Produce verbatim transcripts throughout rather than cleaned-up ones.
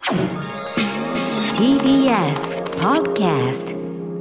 ティービーエス Podcast。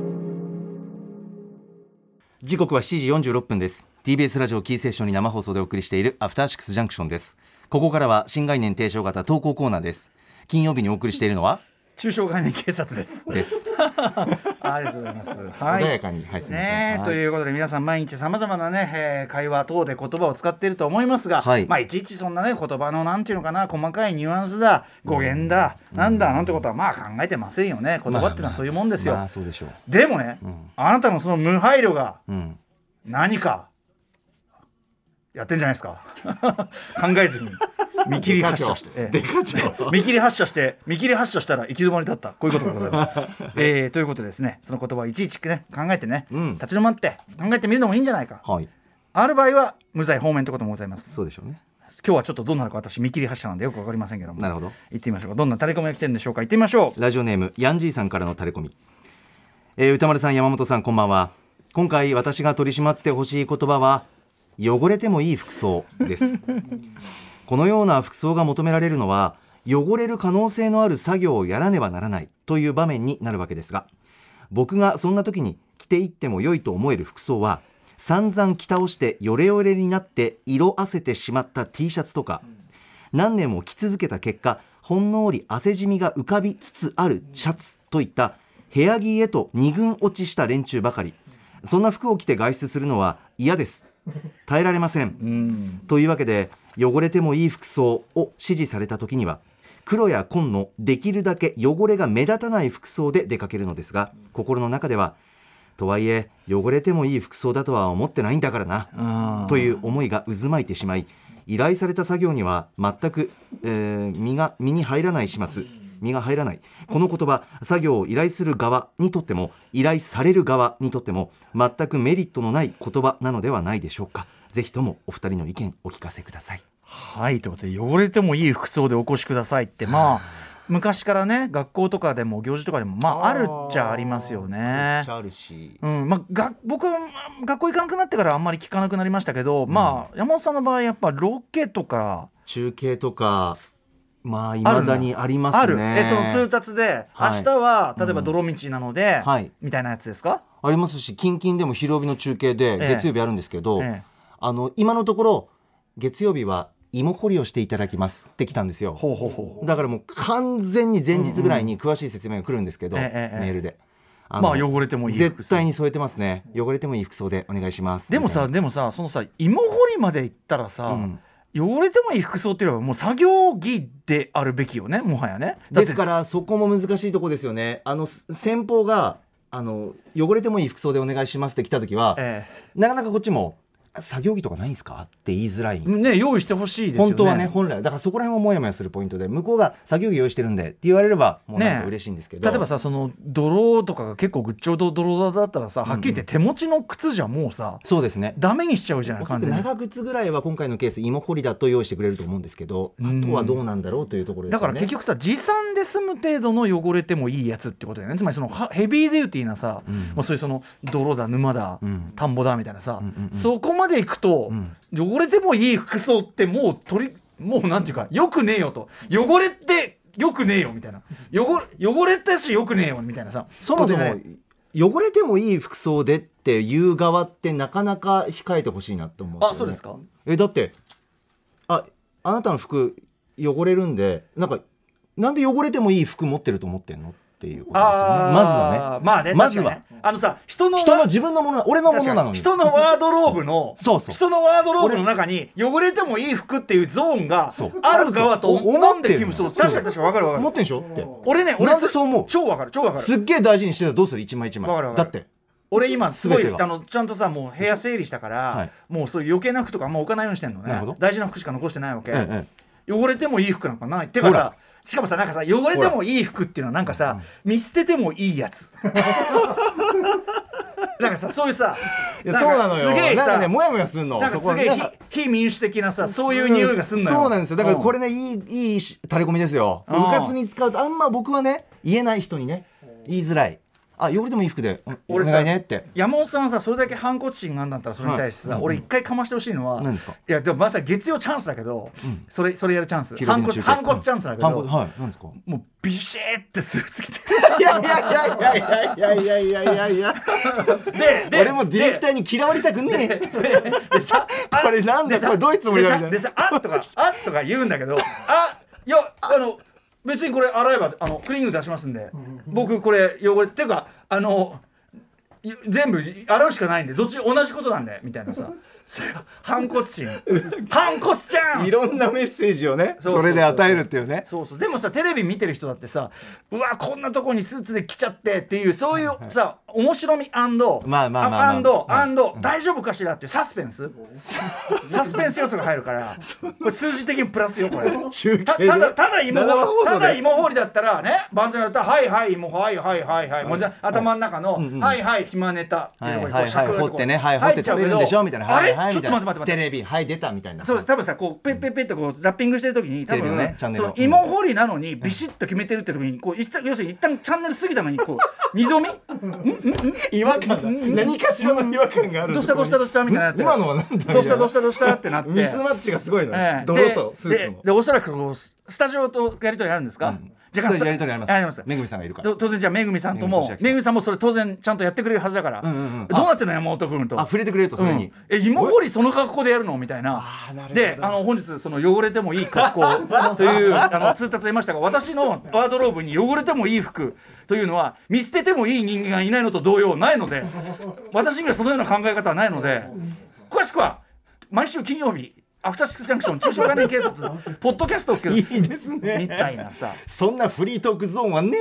時刻はしちじよんじゅうろっぷんです。 ティービーエス ラジオキーセッションに生放送でお送りしているアフターシックスジャンクションです。ここからは新概念提唱型投稿コーナーです。金曜日にお送りしているのは中小概念警察ですですありがとうございます、はい、 穏やかに、はい、すみません、 ね、 はい、 ということで皆さん毎日さまざまな、ねえー、会話等で言葉を使っていると思いますが、はい、まあ、いちいちそんな、ね、言葉のなんていうのかな、細かいニュアンスだ語源だ、うん、なんだなんてことはまあ考えてませんよね。言葉ってのはそういうもんですよ、 まあまあまあ、そうでしょう。 でもね、うん、あなたのその無配慮が何かやってんじゃないですか考えずに見切り発車して、ええ、見切り発車して見切り発車したら行き止まりだった、こういうことがございます、えー、ということでですね、その言葉をいちいち、ね、考えてね、うん、立ち止まって考えてみるのもいいんじゃないか、はい、ある場合は無罪放免ということもございます。 そうでしょうね。 今日はちょっとどうなるか私見切り発車なんでよく分かりませんけども、 なるほど、 行ってみましょうか。どんなタレコミが来てるんでしょうか。行ってみましょう。 ラジオネームヤンジーさんからのタレコミ、えー、歌丸さん、山本さん、こんばんは。今回私が取り締まってほしい言葉は汚れてもいい服装ですこのような服装が求められるのは汚れる可能性のある作業をやらねばならないという場面になるわけですが、僕がそんな時に着ていっても良いと思える服装は散々着倒してヨレヨレになって色あせてしまった T シャツとか、何年も着続けた結果ほんのり汗じみが浮かびつつあるシャツといった部屋着へと二軍落ちした連中ばかり。そんな服を着て外出するのは嫌です。耐えられません。うんというわけで、汚れてもいい服装を指示された時には黒や紺のできるだけ汚れが目立たない服装で出かけるのですが、心の中ではとはいえ汚れてもいい服装だとは思ってないんだからなという思いが渦巻いてしまい、依頼された作業には全く、えー、身が身に入らない始末身が入らない。この言葉、作業を依頼する側にとっても依頼される側にとっても全くメリットのない言葉なのではないでしょうか。ぜひともお二人の意見お聞かせください。 はい、ということで、汚れてもいい服装でお越しくださいって、まあ昔からね、学校とかでも行事とかでもまああるっちゃありますよね。 あるっちゃあるし、 うんまあ、が僕は学校行かなくなってからあんまり聞かなくなりましたけど、うん、まあ山本さんの場合やっぱロケとか中継とかまあ未だにありますね。 あるえその通達で、はい、明日は例えば泥道なので、うんはい、みたいなやつですか。 ありますし、近々でも昼帯の中継で月曜日あるんですけど、ええええ、あの今のところ月曜日は芋掘りをしていただきますって来たんですよ。ほうほうほう。だからもう完全に前日ぐらいに詳しい説明が来るんですけど、うんうん、メールで、 あまあ汚れてもいい服装絶対に添えてますね。汚れてもいい服装でお願いします。 でもさでもさそのさ芋掘りまで行ったらさ、うん汚れてもいい服装っていうのはもう作業着であるべきよね、もはやね。 ですからそこも難しいとこですよね。あの先方があの汚れてもいい服装でお願いしますって来た時は、ええ、なかなかこっちも作業着とかないんですかって言いづらい、 ね、用意してほしいですよね。 本当はね、本来だからそこら辺もモヤモヤするポイントで、向こうが作業着用意してるんでって言われればもうなんか嬉しいんですけど、 ね、例えばさその泥とかが結構ぐっちょど泥だったらさ、はっきり言って手持ちの靴じゃもうさ、うんうん、 そうですね、 ダメにしちゃうじゃない。完全に長靴ぐらいは今回のケース芋掘りだと用意してくれると思うんですけど、あとはどうなんだろうというところですよね。 だから結局さ持参で済む程度の汚れてもいいやつってことだよね。つまりそのヘビーデューティーなさ、うん、もうそういうその泥だ沼だ、うん、田んぼだみたいなさ、うんうんうん、そこまでいくと、うん汚れてもいい服装ってもう取りもうなんていうかよくねえよと、汚れってよくねえよみたいな、汚れ、汚れたしよくねえよみたいなさ、 そもそも汚れてもいい服装でっていう側ってなかなか控えてほしいなと思うんですよね。 あ、そうですか。 えだってああなたの服汚れるんでなんかなんで汚れてもいい服持ってると思ってんのっていうことですよね。まずはね、 まあね、まずはあのさ人の人の自分のもの、俺のものなのに人のワードローブのそうそう人のワードローブの中に汚れてもいい服っていうゾーンがある側と思ってる。確かに確かに分かる分かる。 思ってんでしょって俺ね、俺なんでそう思う。 超分かる超分かる。 すっげえ大事にしてる。どうする一枚一枚。 分かる分かる。 だって俺今すごいあのちゃんとさもう部屋整理したから、はい、もうそういう余計な服とかあんま置かないようにしてんのね。大事な服しか残してないわけ、ええ、汚れてもいい服なんかないってかさ、しかもさなんかさ汚れてもいい服っていうのはなんかさ見捨ててもいいやつなんかさそういうさいやそうなのよ。 すげえさなんかねモヤモヤすんの。 なんかすげえ非民主的なさそういう匂いがすんのよ。 そうなんですよ。だからこれねいいいいタレコミですよ。部活に使うとあんま僕はね言えない人にね言いづらい。 あ汚れてもいい服でお俺さ願いねって山本さんはさそれだけ反骨心があんだったらそれに対してさ、はい、俺一回かましてほしいのは何ですか。 いやでもまさに月曜チャンスだけど、うん、それそれやるチャンス反骨反骨チャンスだけど、 はいはい、何ですか。 もうビシーってスーツ着ていやいやいやいやいやいやいやいやいやいやでで俺もディレクターに嫌われたくねえでさこれなんだこれどういうつもりだみたいなでさあっとかあっとか言うんだけどあいやあの別にこれ洗えばあのクリーニング出しますんで僕これ汚れっていうかあの全部洗うしかないんでどっち同じことなんでみたいなさそれが反骨心反骨チャンスいろんなメッセージをねそれで与えるっていうね。 そうそうでもさテレビ見てる人だってさうわこんなとこにスーツで来ちゃってっていうそういうさ面白みアンドまあまあまあまあアンドアンド大丈夫かしらっていうサスペンスサスペンス要素が入るからこれ数字的にプラスよこれたただただ芋掘ただ芋掘りだったらね万歳だったらはいはいもうはいはいはいはいもう頭の中のはいはい暇ネタっていうところにこうはいはい掘ってねはい掘って食べるんでしょみたいなはいはいちょっと待って待って待ってテレビはい出たみたいな。 そうです多分さこうペッペッペッとこうザッピングしてる時に多分、 ね、 その芋掘りなのにビシッと決めてるって時にこう一旦要するに一旦チャンネル過ぎたのにこう二度見違和感が何かしらの違和感がある。 どうしたどうしたどうしたみたいになって今のはなんだどうしたどうしたどうしたってなってミスマッチがすごいの、 ええ、 泥とスーツの で, で, でおそらくこうスタジオとやり取りあるんですか、うん時間やり取りあります。 あります。 めぐみさんがいるから。 当然じゃあめぐみさんともめぐみさんもそれ当然ちゃんとやってくれるはずだから。うんうんうん、どうなってんの山本君と。 あ触れてくれるとそれに。うん、 え芋掘りその格好でやるのみたいな。 あなるほどであの本日その汚れてもいい格好というあの通達を得ましたが私のワードローブに汚れてもいい服というのは見捨ててもいい人間がいないのと同様ないので私にはそのような考え方はないので詳しくは毎週金曜日。アフターシックスジャンクション中小概念警察ポッドキャストを聞くいいですねみたいなさそんなフリートークゾーンはね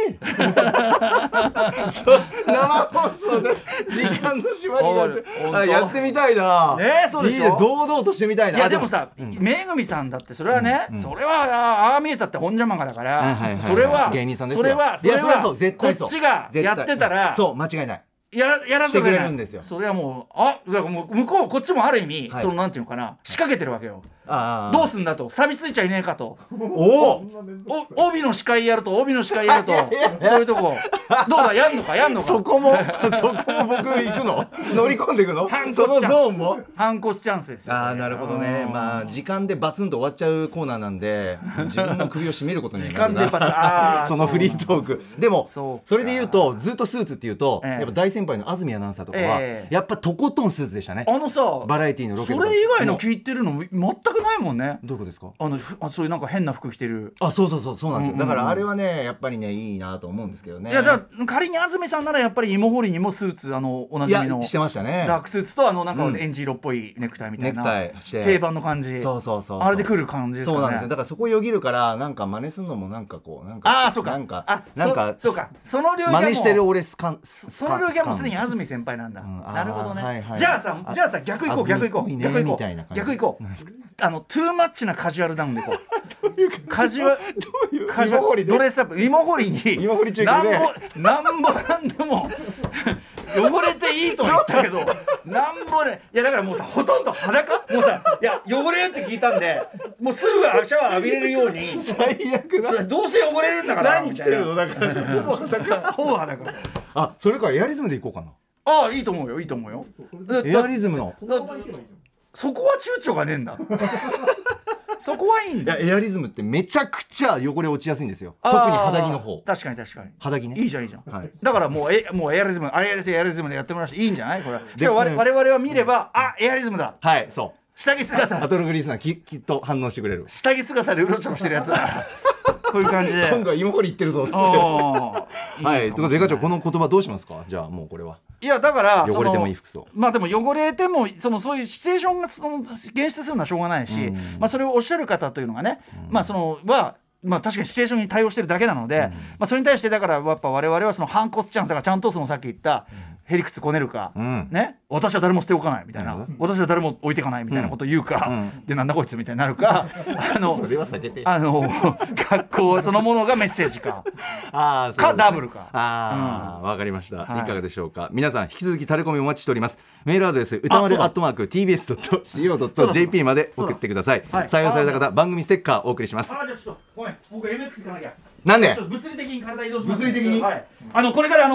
そう生放送で時間の縛りがあってあやってみたいな、 ね、そうでしょいいね堂々としてみたいな。 いやでもさ、うん、めぐみさんだってそれはね、うんうん、それはああ見えたって本邪魔がだから、はいはいはいはい、それは芸人さんですよ。 それはそれはそれはそう絶対そうこっちがやってたらそう間違いない。 や, やらずしてくれるんですよ。 それはもうあだからもう向こうこっちもある意味、はい、そのなんていうのかな仕掛けてるわけよ。あどうすんだと錆びついちゃいねえかとおお帯の司会やると帯の司会やるとそういうとこどうだやんのかやんのかそこもそこも僕行くの乗り込んでいくのそのゾーンも反骨チャンスですよ、ね、 あなるほどね。まあ時間でバツンと終わっちゃうコーナーなんで自分の首を絞めることになるな時間でバツあそのフリートークでも そ, それで言うとずっとスーツっていうと、えー、やっぱ大先輩の安住アナウンサーとかは、えー、やっぱとことんスーツでしたね。 あのさバラエティーのロケとかそれ以外の聞いてるの全くないもんね。 どういうことですか。 あのあそういうなんか変な服着てるあそうそうそうそうなんですよ、うんうんうん、だからあれはねやっぱりねいいなと思うんですけどね。 いやじゃあ仮に安住さんならやっぱり芋掘りにもスーツあのおなじみのしてましたね。 ダークスーツとあのなんかエンジ色っぽいネクタイみたいな、 うん、ネクタイして定番の感じそうそうそうそうあれで来る感じですかね。 そうなんですよ。だからそこよぎるからなんか真似するのもなんかこうなんかあそうかなんかあなんかそそうかその領域はもう真似してる俺スカンその領域はもうすでに安住先輩なんだ、うん、なるほどね、 はいはい、 じゃあさじゃあさ逆行こう逆行こう逆行こう逆行こうあのトゥーマッチなカジュアルダウンでこうどういうカジュアルカジュアルドレスアップ芋掘りに芋掘り中継でなんぼなんでも汚れていいとは言ったけどなんぼねいやだからもうさほとんど裸もうさいや汚れるって聞いたんでもうすぐシャワー浴びれるように最悪だどうせ汚れるんだから何着てるのだからほぼ裸ほぼ裸あそれからエアリズムでいこうかな。 ああいいと思うよいいと思うよエアリズムのそこは躊躇がねえんだそこはいいんだ。 いやエアリズムってめちゃくちゃ汚れ落ちやすいんですよ。特に肌着の方。 確かに確かに肌着ね。 いいじゃんいいじゃん、はい、 だだからもうえもうエアリズムあれやりせエアリズムでやってもらうしいいんじゃないこれ。じゃあ我々は見れば、うん、あエアリズムだ。 はいそう。 下着姿。 アトログリスナー き, きっと反応してくれる。 下着姿でうろちょろしてるやつだ。こういう感じで今度は芋掘り行ってるぞってはいということで課長この言葉どうしますか。じゃあもうこれはいやだから汚れてもいい服装まあでも汚れてもそのそういうシチュエーションがその現出するのはしょうがないし、うんまあ、それをおっしゃる方というのがね、うんまあそのはまあ、確かにシチュエーションに対応してるだけなので、うんまあ、それに対してだからやっぱ我々はその反骨チャンスがちゃんとそのさっき言ったへりくつこねるか、うん、ね私は誰も捨ておかないみたいな、うん、私は誰も置いてかないみたいなことを言うか、うん、でなんだこいつみたいになるかあのそれは避けてあの学校そのものがメッセージかあかダブルかあ、うん、分かりました、はい、いかがでしょうか。皆さん引き続きタレコミお待ちしております。メールアドレス歌丸アットマーク ティービーエスドットシーオードットジェーピー まで送ってください。採用された方番組ステッカーお送りします。 あじゃあちょっとごめん僕 エムエックス 行かなきゃ。 なんでちょっと物理的に体移動します、 物理的に、 はい、あのこれからあの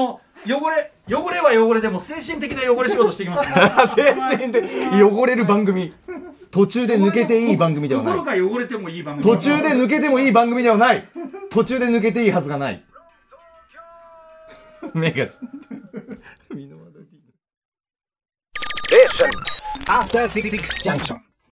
汚れ汚れは汚れでも精神的な汚れ仕事してきますね精神的汚れる番組、途中で抜けていい番組ではない。 心が汚れてもいい番組、 途中で抜けてもいい番組ではない。途中で抜けていいはずがない。目が After Six Junction